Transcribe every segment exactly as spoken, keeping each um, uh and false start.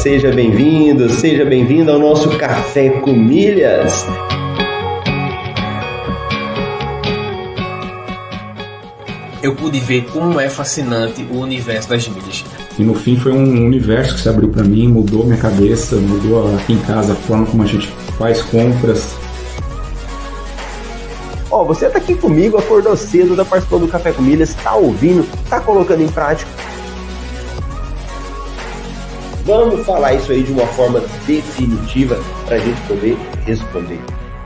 seja bem-vindo, seja bem-vindo ao nosso Café com Milhas. Eu pude ver como é fascinante o universo das milhas. E no fim foi um universo que se abriu para mim, mudou minha cabeça, mudou aqui em casa a forma como a gente faz compras. Ó, oh, você tá aqui comigo, acordou cedo, tá participando do Café com Milhas, tá ouvindo, tá colocando em prática. Vamos falar isso aí de uma forma definitiva para a gente poder responder.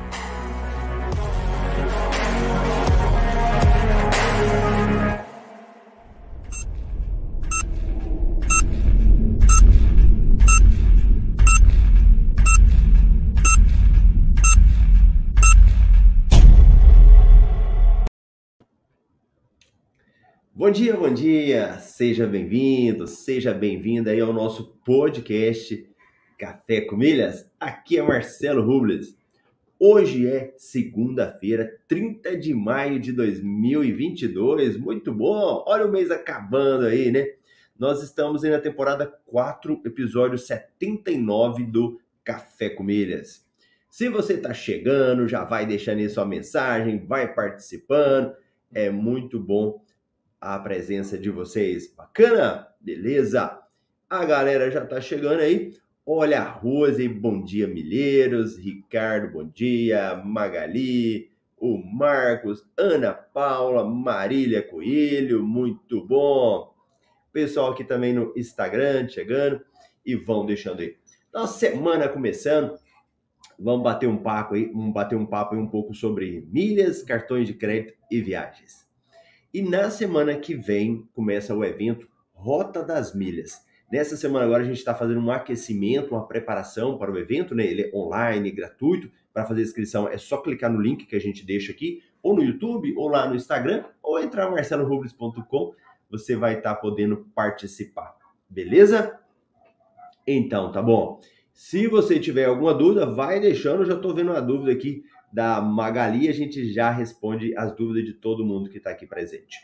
Bom dia, bom dia, seja bem-vindo, seja bem-vinda aí ao nosso podcast Café com Milhas. Aqui é Marcelo Rubles. Hoje é segunda-feira, trinta de maio de dois mil e vinte e dois, muito bom, olha o mês acabando aí, né? Nós estamos aí na temporada quatro, episódio setenta e nove do Café com Milhas. Se você está chegando, já vai deixando aí sua mensagem, vai participando, é muito bom a presença de vocês. Bacana? Beleza? A galera já tá chegando aí. Olha a Rose, bom dia, milheiros. Ricardo, bom dia. Magali, o Marcos, Ana Paula, Marília Coelho, muito bom. Pessoal aqui também no Instagram chegando e vão deixando aí. Nossa semana começando. Vamos bater um papo aí, vamos bater um papo aí um pouco sobre milhas, cartões de crédito e viagens. E na semana que vem começa o evento Rota das Milhas. Nessa semana agora a gente está fazendo um aquecimento, uma preparação para o evento, né? Ele é online, gratuito. Para fazer a inscrição é só clicar no link que a gente deixa aqui, ou no YouTube, ou lá no Instagram, ou entrar no marcelo rubles ponto com. Você vai estar tá podendo participar. Beleza? Então, tá bom. Se você tiver alguma dúvida, vai deixando. Eu já estou vendo uma dúvida aqui da Magali, a gente já responde as dúvidas de todo mundo que está aqui presente.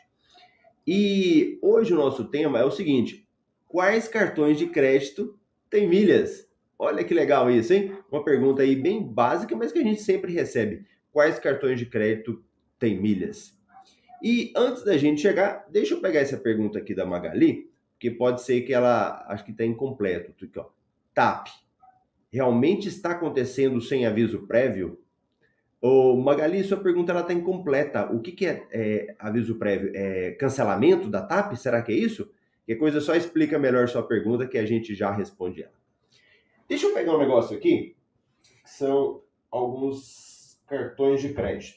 E hoje o nosso tema é o seguinte: quais cartões de crédito têm milhas? Olha que legal isso, hein? Uma pergunta aí bem básica, mas que a gente sempre recebe. Quais cartões de crédito têm milhas? E antes da gente chegar, deixa eu pegar essa pergunta aqui da Magali, que pode ser que ela, acho que está incompleto. Aqui, ó. T A P, realmente está acontecendo sem aviso prévio? Ô, Magali, sua pergunta está incompleta. O que, que é, é aviso prévio? É cancelamento da T A P? Será que é isso? Que coisa, só explica melhor sua pergunta que a gente já responde ela. Deixa eu pegar um negócio aqui, que são alguns cartões de crédito.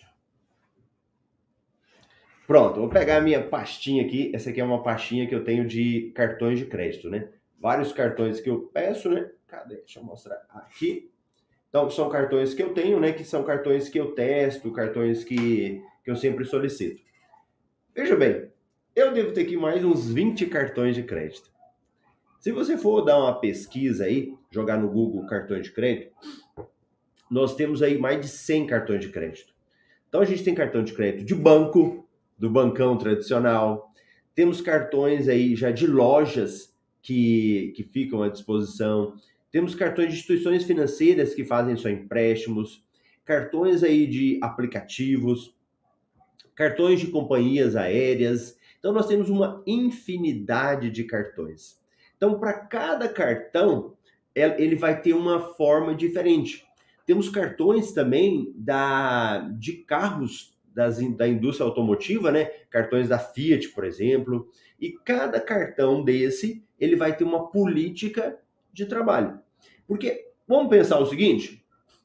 Pronto, vou pegar a minha pastinha aqui. Essa aqui é uma pastinha que eu tenho de cartões de crédito, né? Vários cartões que eu peço, né? Cadê? Deixa eu mostrar aqui. Então, são cartões que eu tenho, né? Que são cartões que eu testo, cartões que, que eu sempre solicito. Veja bem, eu devo ter aqui mais uns vinte cartões de crédito. Se você for dar uma pesquisa aí, jogar no Google cartões de crédito, nós temos aí mais de cem cartões de crédito. Então, a gente tem cartão de crédito de banco, do bancão tradicional. Temos cartões aí já de lojas que, que ficam à disposição. Temos cartões de instituições financeiras que fazem só empréstimos, cartões aí de aplicativos, cartões de companhias aéreas. Então, nós temos uma infinidade de cartões. Então, para cada cartão, ele vai ter uma forma diferente. Temos cartões também da, de carros das, da indústria automotiva, né? Cartões da Fiat, por exemplo. E cada cartão desse, ele vai ter uma política de trabalho. Porque, vamos pensar o seguinte,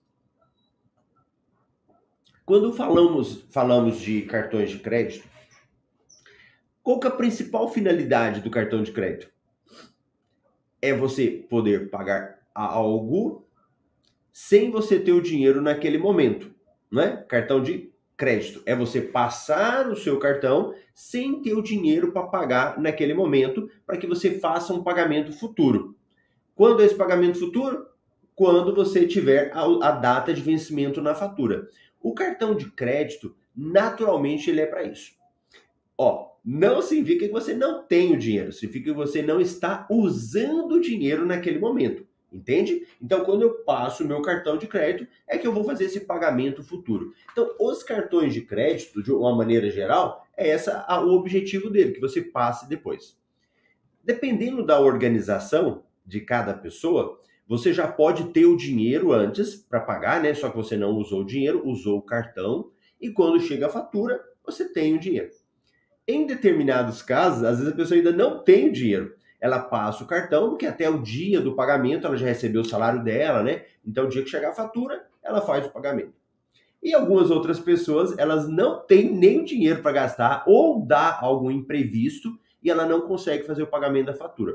quando falamos, falamos de cartões de crédito, qual que é a principal finalidade do cartão de crédito? É você poder pagar algo sem você ter o dinheiro naquele momento, não é? Cartão de crédito é você passar o seu cartão sem ter o dinheiro para pagar naquele momento, para que você faça um pagamento futuro. Quando é esse pagamento futuro? Quando você tiver a, a data de vencimento na fatura. O cartão de crédito, naturalmente, ele é para isso. Ó, não significa que você não tem o dinheiro, significa que você não está usando o dinheiro naquele momento, entende? Então, quando eu passo o meu cartão de crédito, é que eu vou fazer esse pagamento futuro. Então, os cartões de crédito, de uma maneira geral, é essa o objetivo dele, que você passe depois. Dependendo da organização de cada pessoa, você já pode ter o dinheiro antes para pagar, né? Só que você não usou o dinheiro, usou o cartão, e quando chega a fatura, você tem o dinheiro. Em determinados casos, às vezes a pessoa ainda não tem o dinheiro. Ela passa o cartão, porque até o dia do pagamento ela já recebeu o salário dela, né? Então, o dia que chegar a fatura, ela faz o pagamento. E algumas outras pessoas, elas não têm nem o dinheiro para gastar, ou dá algum imprevisto, e ela não consegue fazer o pagamento da fatura.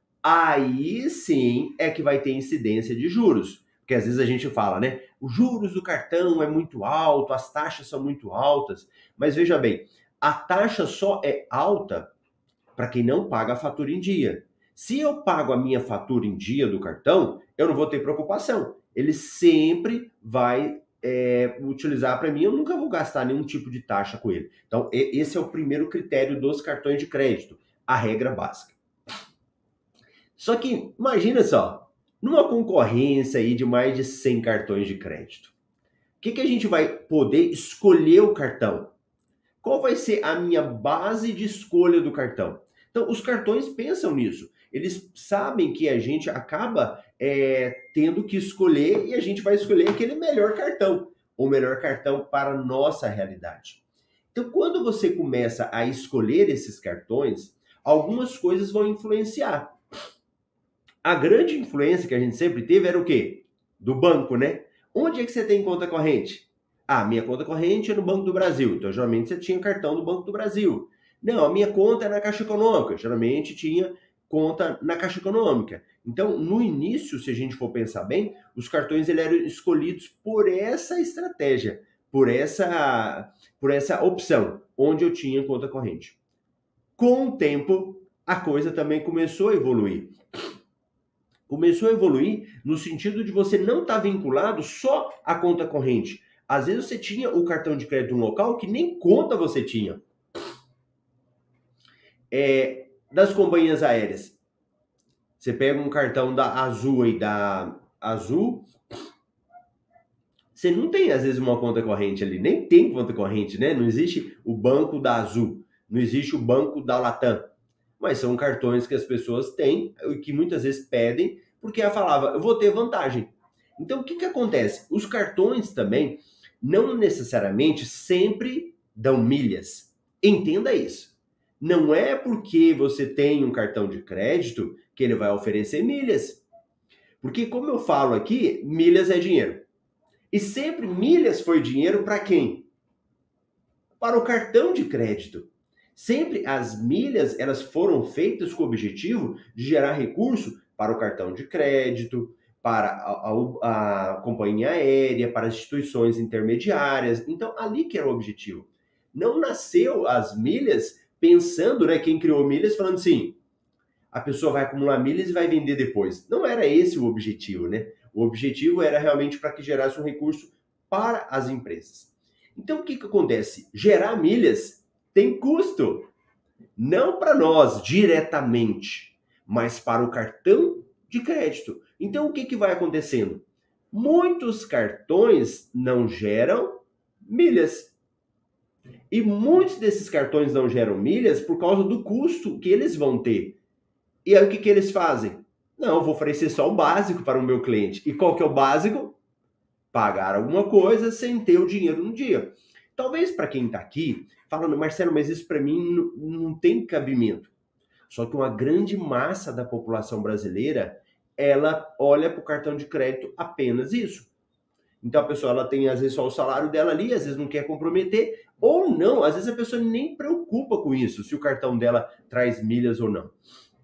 Aí sim é que vai ter incidência de juros. Porque às vezes a gente fala, né? Os juros do cartão é muito alto, as taxas são muito altas. Mas veja bem, a taxa só é alta para quem não paga a fatura em dia. Se eu pago a minha fatura em dia do cartão, eu não vou ter preocupação. Ele sempre vai é, utilizar para mim, eu nunca vou gastar nenhum tipo de taxa com ele. Então, esse é o primeiro critério dos cartões de crédito, a regra básica. Só que, imagina só, numa concorrência aí de mais de cem cartões de crédito, o que, que a gente vai poder escolher o cartão? Qual vai ser a minha base de escolha do cartão? Então, os cartões pensam nisso. Eles sabem que a gente acaba é, tendo que escolher e a gente vai escolher aquele melhor cartão, o melhor cartão para a nossa realidade. Então, quando você começa a escolher esses cartões, algumas coisas vão influenciar. A grande influência que a gente sempre teve era o quê? Do banco, né? Onde é que você tem conta corrente? Ah, minha conta corrente é no Banco do Brasil. Então, geralmente, você tinha cartão do Banco do Brasil. Não, a minha conta é na Caixa Econômica. Geralmente, tinha conta na Caixa Econômica. Então, no início, se a gente for pensar bem, os cartões eles eram escolhidos por essa estratégia, por essa, por essa opção, onde eu tinha conta corrente. Com o tempo, a coisa também começou a evoluir. Começou a evoluir no sentido de você não estar vinculado só à conta corrente. Às vezes você tinha o cartão de crédito local que nem conta você tinha. É, das companhias aéreas. Você pega um cartão da Azul e da Azul, você não tem às vezes uma conta corrente ali, nem tem conta corrente, né? Não existe o banco da Azul, não existe o banco da Latam. Mas são cartões que as pessoas têm e que muitas vezes pedem, porque ela falava, eu vou ter vantagem. Então, o que, que acontece? Os cartões também não necessariamente sempre dão milhas. Entenda isso. Não é porque você tem um cartão de crédito que ele vai oferecer milhas. Porque, como eu falo aqui, milhas é dinheiro. E sempre milhas foi dinheiro para quem? Para o cartão de crédito. Sempre as milhas elas foram feitas com o objetivo de gerar recurso para o cartão de crédito, para a, a, a companhia aérea, para as instituições intermediárias. Então, ali que era o objetivo. Não nasceu as milhas pensando, né, quem criou milhas, falando assim, a pessoa vai acumular milhas e vai vender depois. Não era esse o objetivo, né? O objetivo era realmente para que gerasse um recurso para as empresas. Então, o que, que acontece? Gerar milhas tem custo. Não para nós diretamente, mas para o cartão de crédito. Então, o que, que vai acontecendo? Muitos cartões não geram milhas. E muitos desses cartões não geram milhas por causa do custo que eles vão ter. E aí o que, que eles fazem? Não, eu vou oferecer só o básico para o meu cliente. E qual que é o básico? Pagar alguma coisa sem ter o dinheiro no dia. Talvez para quem está aqui, falando, Marcelo, mas isso para mim não, não tem cabimento. Só que uma grande massa da população brasileira, ela olha para o cartão de crédito apenas isso. Então a pessoa ela tem às vezes só o salário dela ali, às vezes não quer comprometer, ou não, às vezes a pessoa nem preocupa com isso, se o cartão dela traz milhas ou não.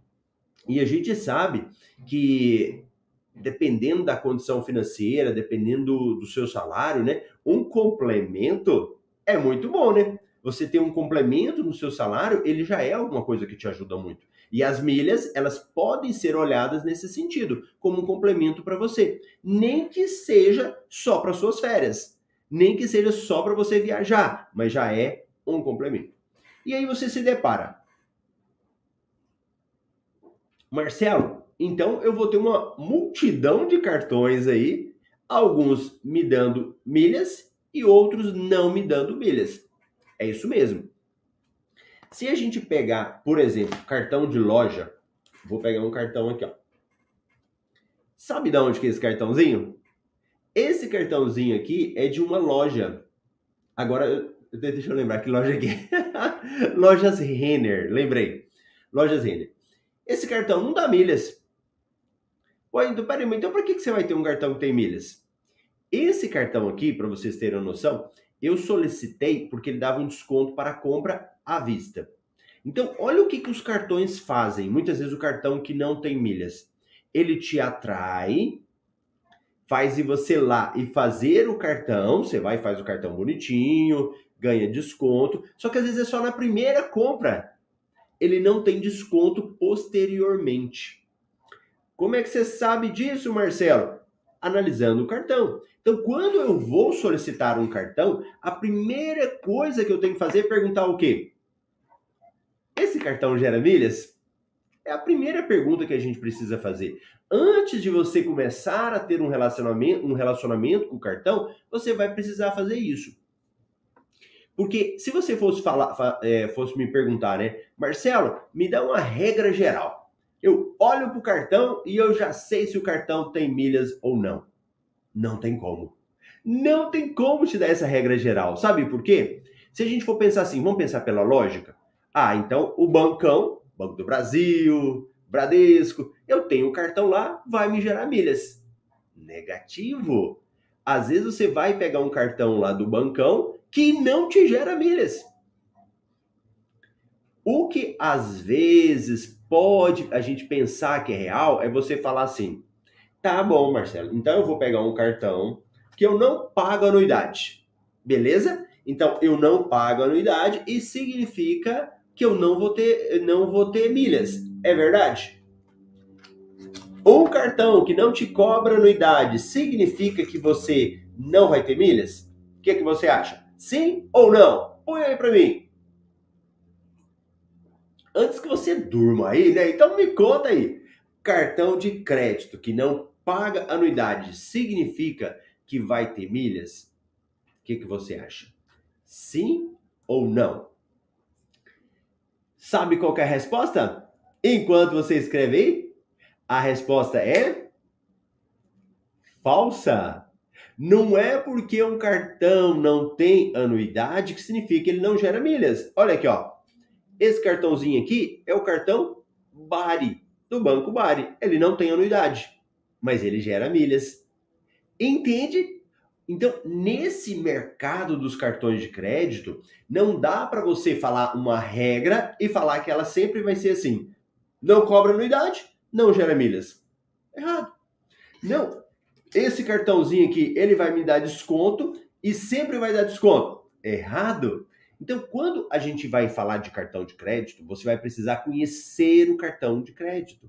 E a gente sabe que, dependendo da condição financeira, dependendo do, do seu salário, né, um complemento é muito bom, né? Você ter um complemento no seu salário, ele já é alguma coisa que te ajuda muito. E as milhas, elas podem ser olhadas nesse sentido, como um complemento para você. Nem que seja só para suas férias, nem que seja só para você viajar, mas já é um complemento. E aí você se depara. Marcelo, então eu vou ter uma multidão de cartões aí, alguns me dando milhas e outros não me dando milhas. É isso mesmo. Se a gente pegar, por exemplo, cartão de loja, vou pegar um cartão aqui, ó. Sabe de onde que é esse cartãozinho? Esse cartãozinho aqui é de uma loja. Agora, deixa eu lembrar que loja aqui. Lojas Renner, lembrei. Lojas Renner. Esse cartão não dá milhas. Ué, então, peraí, mas então por que você vai ter um cartão que tem milhas? Esse cartão aqui, para vocês terem uma noção, eu solicitei porque ele dava um desconto para compra à vista. Então, olha o que, que os cartões fazem. Muitas vezes o cartão que não tem milhas. Ele te atrai, faz e você lá e fazer o cartão, você vai e faz o cartão bonitinho, ganha desconto, só que às vezes é só na primeira compra. Ele não tem desconto posteriormente. Como é que você sabe disso, Marcelo? Analisando o cartão. Então, quando eu vou solicitar um cartão, a primeira coisa que eu tenho que fazer é perguntar o quê? Esse cartão gera milhas? É a primeira pergunta que a gente precisa fazer. Antes de você começar a ter um relacionamento, um relacionamento com o cartão, você vai precisar fazer isso. Porque se você fosse, falar, é, fosse me perguntar, né? Marcelo, me dá uma regra geral. Eu olho para o cartão e eu já sei se o cartão tem milhas ou não. Não tem como. Não tem como te dar essa regra geral. Sabe por quê? Se a gente for pensar assim, vamos pensar pela lógica. Ah, então o bancão, Banco do Brasil, Bradesco, eu tenho um cartão lá, vai me gerar milhas. Negativo. Às vezes você vai pegar um cartão lá do bancão que não te gera milhas. O que às vezes pode a gente pensar que é real é você falar assim, tá bom, Marcelo, então eu vou pegar um cartão que eu não pago anuidade, beleza? Então eu não pago anuidade e significa que eu não vou ter, não vou ter milhas, é verdade? Um cartão que não te cobra anuidade significa que você não vai ter milhas? O que, que você acha? Sim ou não? Põe aí pra mim. Antes que você durma aí, né? Então me conta aí. Cartão de crédito que não paga anuidade significa que vai ter milhas? O que, que você acha? Sim ou não? Sabe qual que é a resposta? Enquanto você escreve aí, a resposta é falsa. Não é porque um cartão não tem anuidade que significa que ele não gera milhas. Olha aqui, ó. Esse cartãozinho aqui é o cartão Bari, do Banco Bari. Ele não tem anuidade, mas ele gera milhas. Entende? Então, nesse mercado dos cartões de crédito, não dá para você falar uma regra e falar que ela sempre vai ser assim. Não cobra anuidade, não gera milhas. Errado. Não. Esse cartãozinho aqui, ele vai me dar desconto e sempre vai dar desconto. Errado. Então, quando a gente vai falar de cartão de crédito, você vai precisar conhecer o cartão de crédito.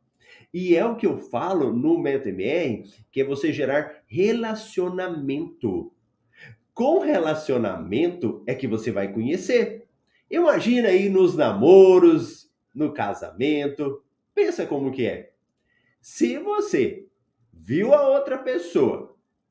E é o que eu falo no Método M R, que é você gerar relacionamento. Com relacionamento é que você vai conhecer. Imagina aí nos namoros, no casamento. Pensa como que é. Se você viu a outra pessoa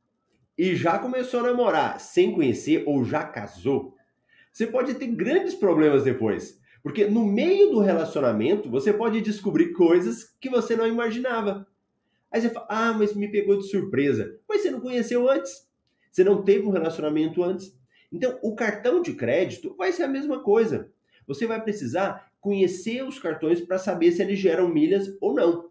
e já começou a namorar sem conhecer ou já casou, você pode ter grandes problemas depois. Porque no meio do relacionamento, você pode descobrir coisas que você não imaginava. Aí você fala, ah, mas me pegou de surpresa. Mas você não conheceu antes. Você não teve um relacionamento antes. Então, o cartão de crédito vai ser a mesma coisa. Você vai precisar conhecer os cartões para saber se eles geram milhas ou não.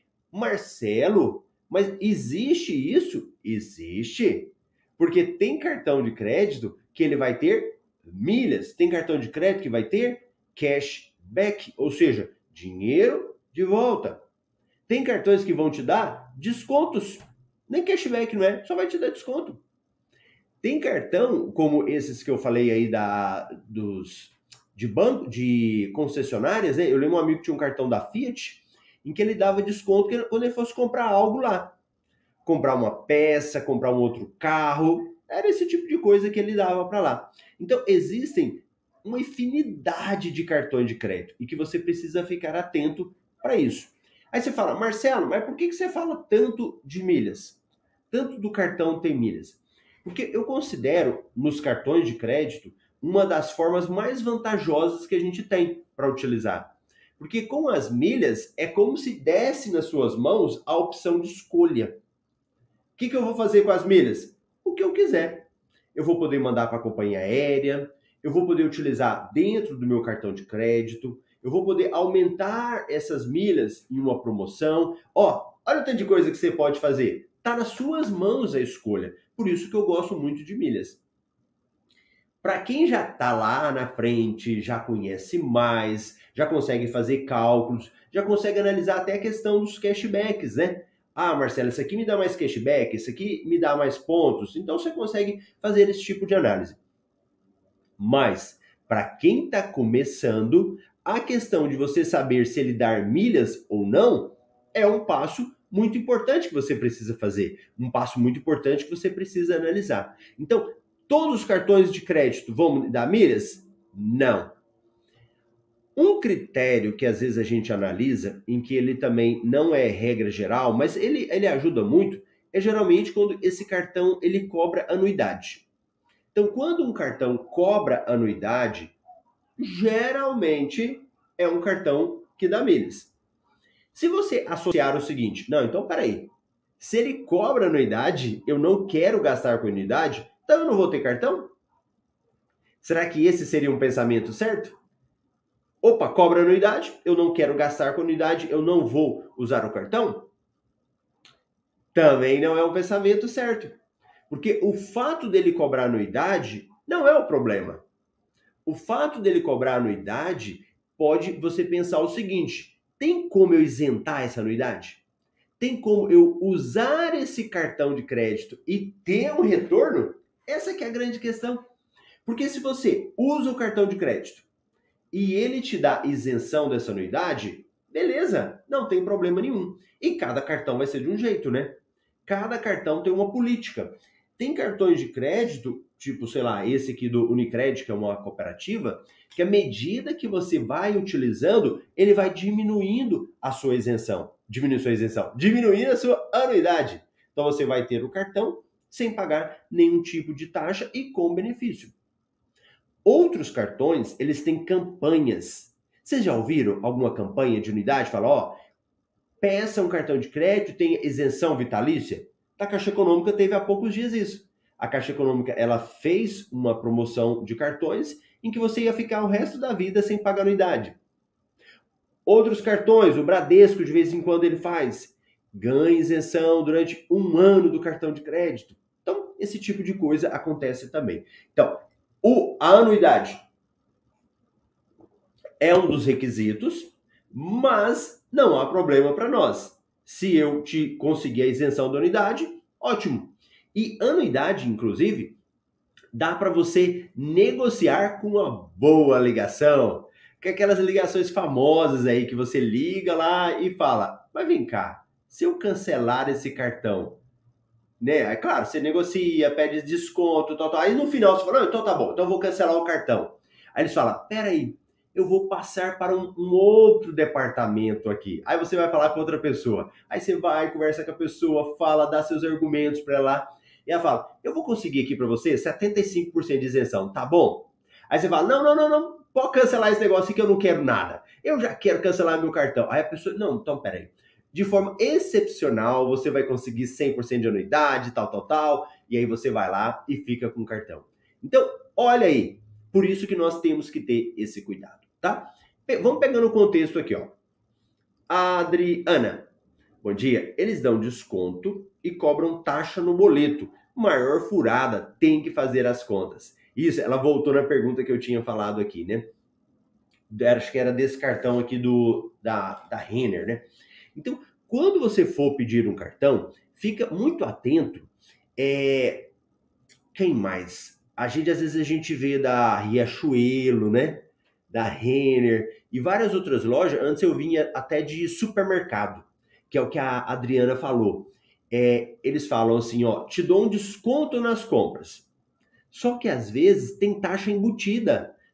Marcelo, mas existe isso? Existe. Porque tem cartão de crédito que ele vai ter milhas. Tem cartão de crédito que vai ter cashback, ou seja, dinheiro de volta. Tem cartões que vão te dar descontos. Nem cashback, não é? Só vai te dar desconto. Tem cartão, como esses que eu falei aí da, dos, de banco, de concessionárias, né? Eu lembro um amigo que tinha um cartão da Fiat, em que ele dava desconto quando ele fosse comprar algo lá. Comprar uma peça, comprar um outro carro. Era esse tipo de coisa que ele dava para lá. Então, existem uma infinidade de cartões de crédito e que você precisa ficar atento para isso. Aí você fala, Marcelo, mas por que que você fala tanto de milhas? Tanto do cartão tem milhas? Porque eu considero nos cartões de crédito uma das formas mais vantajosas que a gente tem para utilizar. Porque com as milhas é como se desse nas suas mãos a opção de escolha. O que que eu vou fazer com as milhas? O que eu quiser. Eu vou poder mandar para a companhia aérea, eu vou poder utilizar dentro do meu cartão de crédito, eu vou poder aumentar essas milhas em uma promoção. Ó, olha o tanto de coisa que você pode fazer. Está nas suas mãos a escolha. Por isso que eu gosto muito de milhas. Para quem já está lá na frente, já conhece mais, já consegue fazer cálculos, já consegue analisar até a questão dos cashbacks, né? Ah, Marcelo, isso aqui me dá mais cashback, isso aqui me dá mais pontos. Então você consegue fazer esse tipo de análise. Mas, para quem está começando, a questão de você saber se ele dá milhas ou não é um passo muito importante que você precisa fazer. Um passo muito importante que você precisa analisar. Então, todos os cartões de crédito vão dar milhas? Não. Um critério que às vezes a gente analisa, em que ele também não é regra geral, mas ele, ele ajuda muito, é geralmente quando esse cartão ele cobra anuidade. Então, quando um cartão cobra anuidade, geralmente é um cartão que dá milhas. Se você associar o seguinte, não, então peraí, se ele cobra anuidade, eu não quero gastar com anuidade, então eu não vou ter cartão? Será que esse seria um pensamento certo? Opa, cobra anuidade, eu não quero gastar com anuidade, eu não vou usar o cartão? Também não é um pensamento certo. Porque o fato dele cobrar anuidade não é o problema. O fato dele cobrar anuidade pode você pensar o seguinte, tem como eu isentar essa anuidade? Tem como eu usar esse cartão de crédito e ter um retorno? Essa que é a grande questão. Porque se você usa o cartão de crédito e ele te dá isenção dessa anuidade, beleza, não tem problema nenhum. E cada cartão vai ser de um jeito, né? Cada cartão tem uma política. Tem cartões de crédito, tipo, sei lá, esse aqui do Unicred, que é uma cooperativa, que à medida que você vai utilizando, ele vai diminuindo a sua isenção. Diminuindo a sua isenção. Diminuindo a sua anuidade. Então você vai ter o cartão sem pagar nenhum tipo de taxa e com benefício. Outros cartões, eles têm campanhas. Vocês já ouviram alguma campanha de unidade? Fala, ó, peça um cartão de crédito, tem isenção vitalícia? A Caixa Econômica teve há poucos dias isso. A Caixa Econômica, ela fez uma promoção de cartões em que você ia ficar o resto da vida sem pagar anuidade. Outros cartões, o Bradesco de vez em quando ele faz, ganha isenção durante um ano do cartão de crédito. Então, esse tipo de coisa acontece também. Então, o, a anuidade é um dos requisitos, mas não há problema para nós. Se eu te conseguir a isenção da anuidade, ótimo. E anuidade, inclusive, dá para você negociar com uma boa ligação. Que é aquelas ligações famosas aí que você liga lá e fala, mas vem cá, se eu cancelar esse cartão, né? É claro, você negocia, pede desconto, tal, tal. Aí no final você fala, não, então tá bom, então eu vou cancelar o cartão. Aí eles falam, peraí, eu vou passar para um, um outro departamento aqui. Aí você vai falar com outra pessoa. Aí você vai, conversa com a pessoa, fala, dá seus argumentos para ela. E ela fala, eu vou conseguir aqui para você setenta e cinco por cento de isenção, tá bom? Aí você fala, não, não, não, não, pode cancelar esse negócio aqui que eu não quero nada. Eu já quero cancelar meu cartão. Aí a pessoa, não, então peraí. De forma excepcional, você vai conseguir cem por cento de anuidade, tal, tal, tal. E aí você vai lá e fica com o cartão. Então, olha aí. Por isso que nós temos que ter esse cuidado, tá? Vamos pegando o contexto aqui, ó. Adriana, bom dia. Eles dão desconto e cobram taxa no boleto. Maior furada, tem que fazer as contas. Isso, ela voltou na pergunta que eu tinha falado aqui, né? Acho que era desse cartão aqui do, da, da Renner, né? Então, quando você for pedir um cartão, fica muito atento. É... Quem mais? A gente, às vezes, a gente vê da Riachuelo, né? Da Renner e várias outras lojas. Antes eu vinha até de supermercado, que é o que a Adriana falou. É, eles falam assim, ó, te dou um desconto nas compras. Só que, às vezes, tem taxa embutida.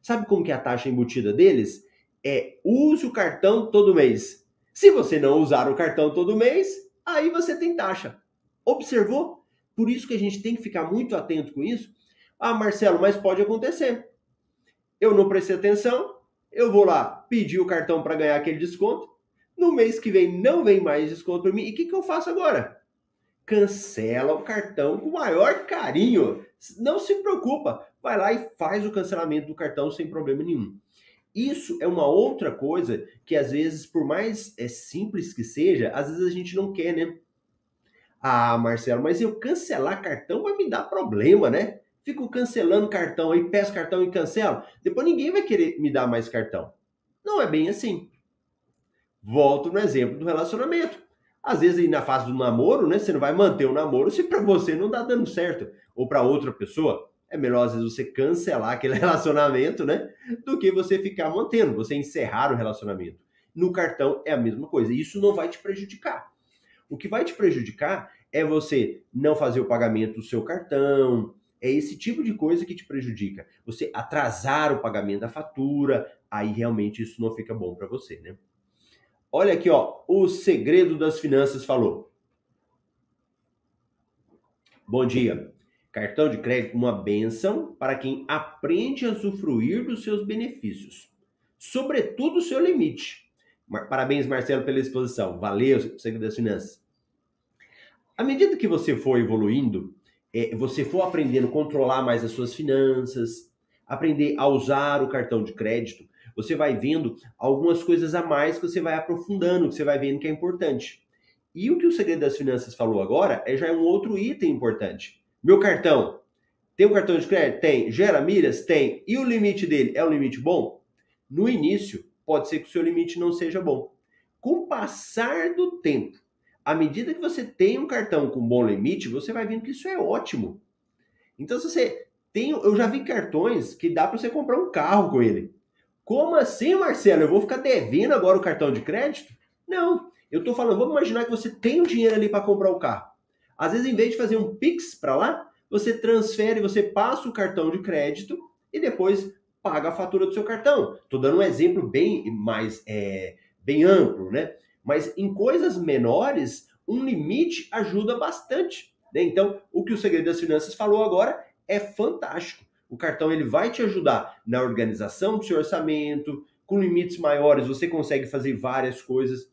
Sabe como que é a taxa embutida deles? É use o cartão todo mês. Se você não usar o cartão todo mês, aí você tem taxa. Observou? Por isso que a gente tem que ficar muito atento com isso. Ah, Marcelo, mas pode acontecer. Eu não prestei atenção, eu vou lá pedir o cartão para ganhar aquele desconto. No mês que vem não vem mais desconto para mim. E o que, que eu faço agora? Cancela o cartão com o maior carinho. Não se preocupa. Vai lá e faz o cancelamento do cartão sem problema nenhum. Isso é uma outra coisa que às vezes, por mais é, simples que seja, às vezes a gente não quer, né? Ah, Marcelo, mas eu cancelar cartão vai me dar problema, né? Fico cancelando cartão aí, peço cartão e cancelo. Depois ninguém vai querer me dar mais cartão. Não é bem assim. Volto no exemplo do relacionamento. Às vezes aí na fase do namoro, né, você não vai manter o namoro se para você não dá dando certo. Ou para outra pessoa. É melhor às vezes você cancelar aquele relacionamento, né? Do que você ficar mantendo, você encerrar o relacionamento. No cartão é a mesma coisa. Isso não vai te prejudicar. O que vai te prejudicar é você não fazer o pagamento do seu cartão. É esse tipo de coisa que te prejudica. Você atrasar o pagamento da fatura, aí realmente isso não fica bom para você, né? Olha aqui, ó, o Segredo das Finanças falou. Bom dia. Cartão de crédito, uma bênção para quem aprende a usufruir dos seus benefícios, sobretudo o seu limite. Parabéns, Marcelo, pela exposição. Valeu, Segredo das Finanças. À medida que você for evoluindo, é, você for aprendendo a controlar mais as suas finanças, aprender a usar o cartão de crédito, você vai vendo algumas coisas a mais que você vai aprofundando, que você vai vendo que é importante. E o que o Segredo das Finanças falou agora é já é um outro item importante. Meu cartão, tem um cartão de crédito? Tem. Gera milhas? Tem. E o limite dele é um limite bom? No início, pode ser que o seu limite não seja bom. Com o passar do tempo, à medida que você tem um cartão com bom limite, você vai vendo que isso é ótimo. Então, se você tem... Eu já vi cartões que dá para você comprar um carro com ele. Como assim, Marcelo? Eu vou ficar devendo agora o cartão de crédito? Não. Eu estou falando, vamos imaginar que você tem um dinheiro ali para comprar o carro. Às vezes, em vez de fazer um Pix para lá, você transfere, você passa o cartão de crédito e depois paga a fatura do seu cartão. Estou dando um exemplo bem mais é, bem amplo, né? Mas em coisas menores, um limite ajuda bastante, né? Então, o que o Segredo das Finanças falou agora é fantástico. O cartão ele vai te ajudar na organização do seu orçamento, com limites maiores você consegue fazer várias coisas.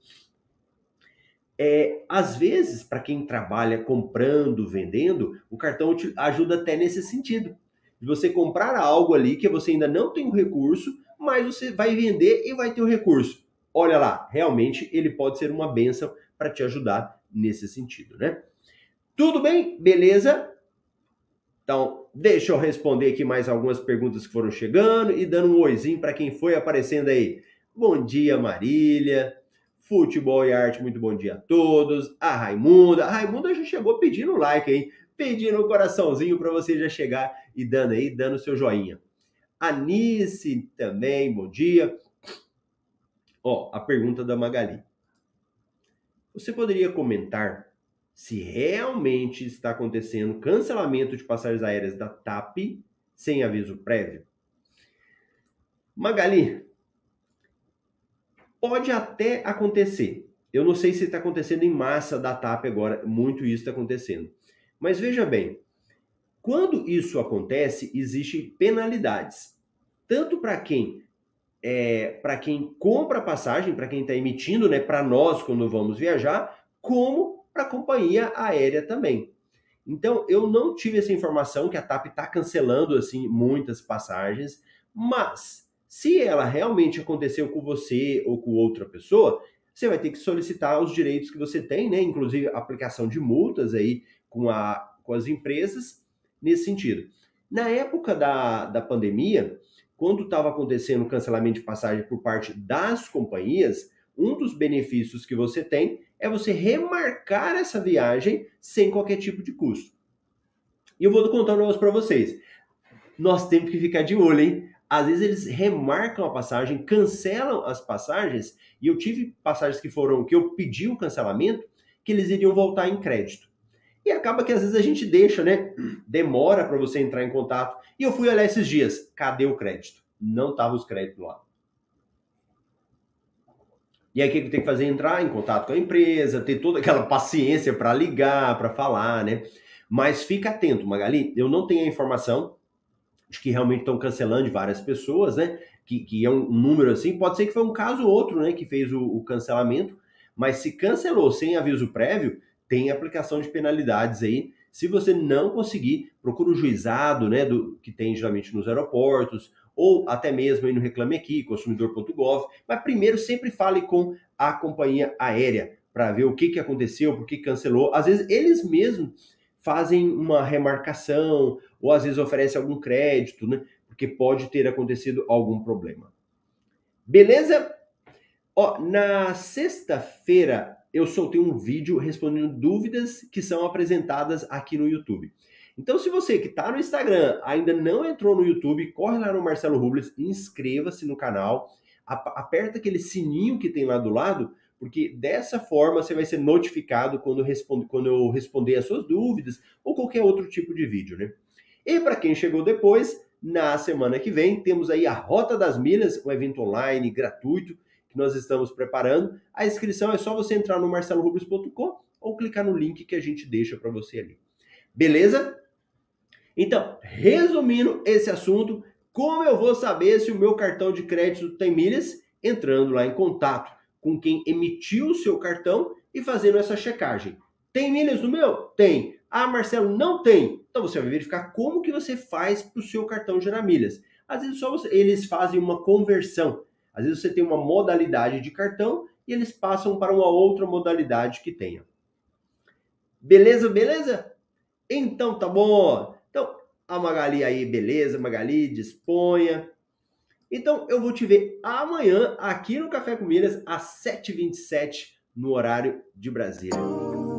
É, às vezes, para quem trabalha comprando, vendendo, o cartão te ajuda até nesse sentido. De você comprar algo ali que você ainda não tem o recurso, mas você vai vender e vai ter o recurso. Olha lá, realmente ele pode ser uma bênção para te ajudar nesse sentido, né? Tudo bem? Beleza? Então, deixa eu responder aqui mais algumas perguntas que foram chegando e dando um oizinho para quem foi aparecendo aí. Bom dia, Marília. Futebol e arte, muito bom dia a todos. A Raimunda. A Raimunda já chegou pedindo like aí, pedindo um coraçãozinho para você já chegar e dando aí, dando seu joinha. Anice também, bom dia. Ó, a pergunta da Magali. Você poderia comentar se realmente está acontecendo cancelamento de passagens aéreas da T A P sem aviso prévio? Magali, pode até acontecer. Eu não sei se está acontecendo em massa da T A P agora, muito isso está acontecendo. Mas veja bem, quando isso acontece, existem penalidades. Tanto para quem é, para quem compra a passagem, para quem está emitindo, né, para nós quando vamos viajar, como para a companhia aérea também. Então, eu não tive essa informação que a T A P está cancelando assim muitas passagens, mas se ela realmente aconteceu com você ou com outra pessoa, você vai ter que solicitar os direitos que você tem, né? Inclusive a aplicação de multas aí com, a, com as empresas nesse sentido. Na época da, da pandemia, quando estava acontecendo o cancelamento de passagem por parte das companhias, um dos benefícios que você tem é você remarcar essa viagem sem qualquer tipo de custo. E eu vou contar um negócio para vocês. Nós temos que ficar de olho, hein? Às vezes eles remarcam a passagem, cancelam as passagens, e eu tive passagens que foram, que eu pedi o cancelamento, que eles iriam voltar em crédito. E acaba que às vezes a gente deixa, né? Demora para você entrar em contato. E eu fui olhar esses dias, cadê o crédito? não estavam os créditos lá. E aí o que tem que fazer? Entrar em contato com a empresa, ter toda aquela paciência para ligar, para falar, né? Mas fica atento, Magali, eu não tenho a informação de que realmente estão cancelando de várias pessoas, né? Que, que é um número assim, pode ser que foi um caso ou outro, né? Que fez o, o cancelamento, mas se cancelou sem aviso prévio, tem aplicação de penalidades aí. Se você não conseguir, procura o juizado, né? Do, que tem geralmente nos aeroportos, ou até mesmo aí no Reclame Aqui, consumidor ponto gov, mas primeiro sempre fale com a companhia aérea para ver o que, que aconteceu, por que cancelou. Às vezes eles mesmos fazem uma remarcação, ou às vezes oferecem algum crédito, né? Porque pode ter acontecido algum problema. Beleza? Ó, na sexta-feira eu soltei um vídeo respondendo dúvidas que são apresentadas aqui no YouTube. Então, se você que está no Instagram ainda não entrou no YouTube, corre lá no Marcelo Rubles, inscreva-se no canal, aperta aquele sininho que tem lá do lado, porque dessa forma você vai ser notificado quando, responde, quando eu responder as suas dúvidas ou qualquer outro tipo de vídeo, né? E para quem chegou depois, na semana que vem, temos aí a Rota das Milhas, um evento online gratuito que nós estamos preparando. A inscrição é só você entrar no marcelo rubles ponto com ou clicar no link que a gente deixa para você ali. Beleza? Então, resumindo esse assunto, como eu vou saber se o meu cartão de crédito tem milhas? Entrando lá em contato com quem emitiu o seu cartão e fazendo essa checagem. Tem milhas no meu? Tem. Ah, Marcelo, não tem. Então você vai verificar como que você faz para o seu cartão gerar milhas. Às vezes só você, eles fazem uma conversão. Às vezes você tem uma modalidade de cartão e eles passam para uma outra modalidade que tenha. Beleza, beleza? Então tá bom. Então, a Magali aí, beleza, Magali, disponha. Então, eu vou te ver amanhã aqui no Café com Milhas, às sete e vinte e sete, no horário de Brasília.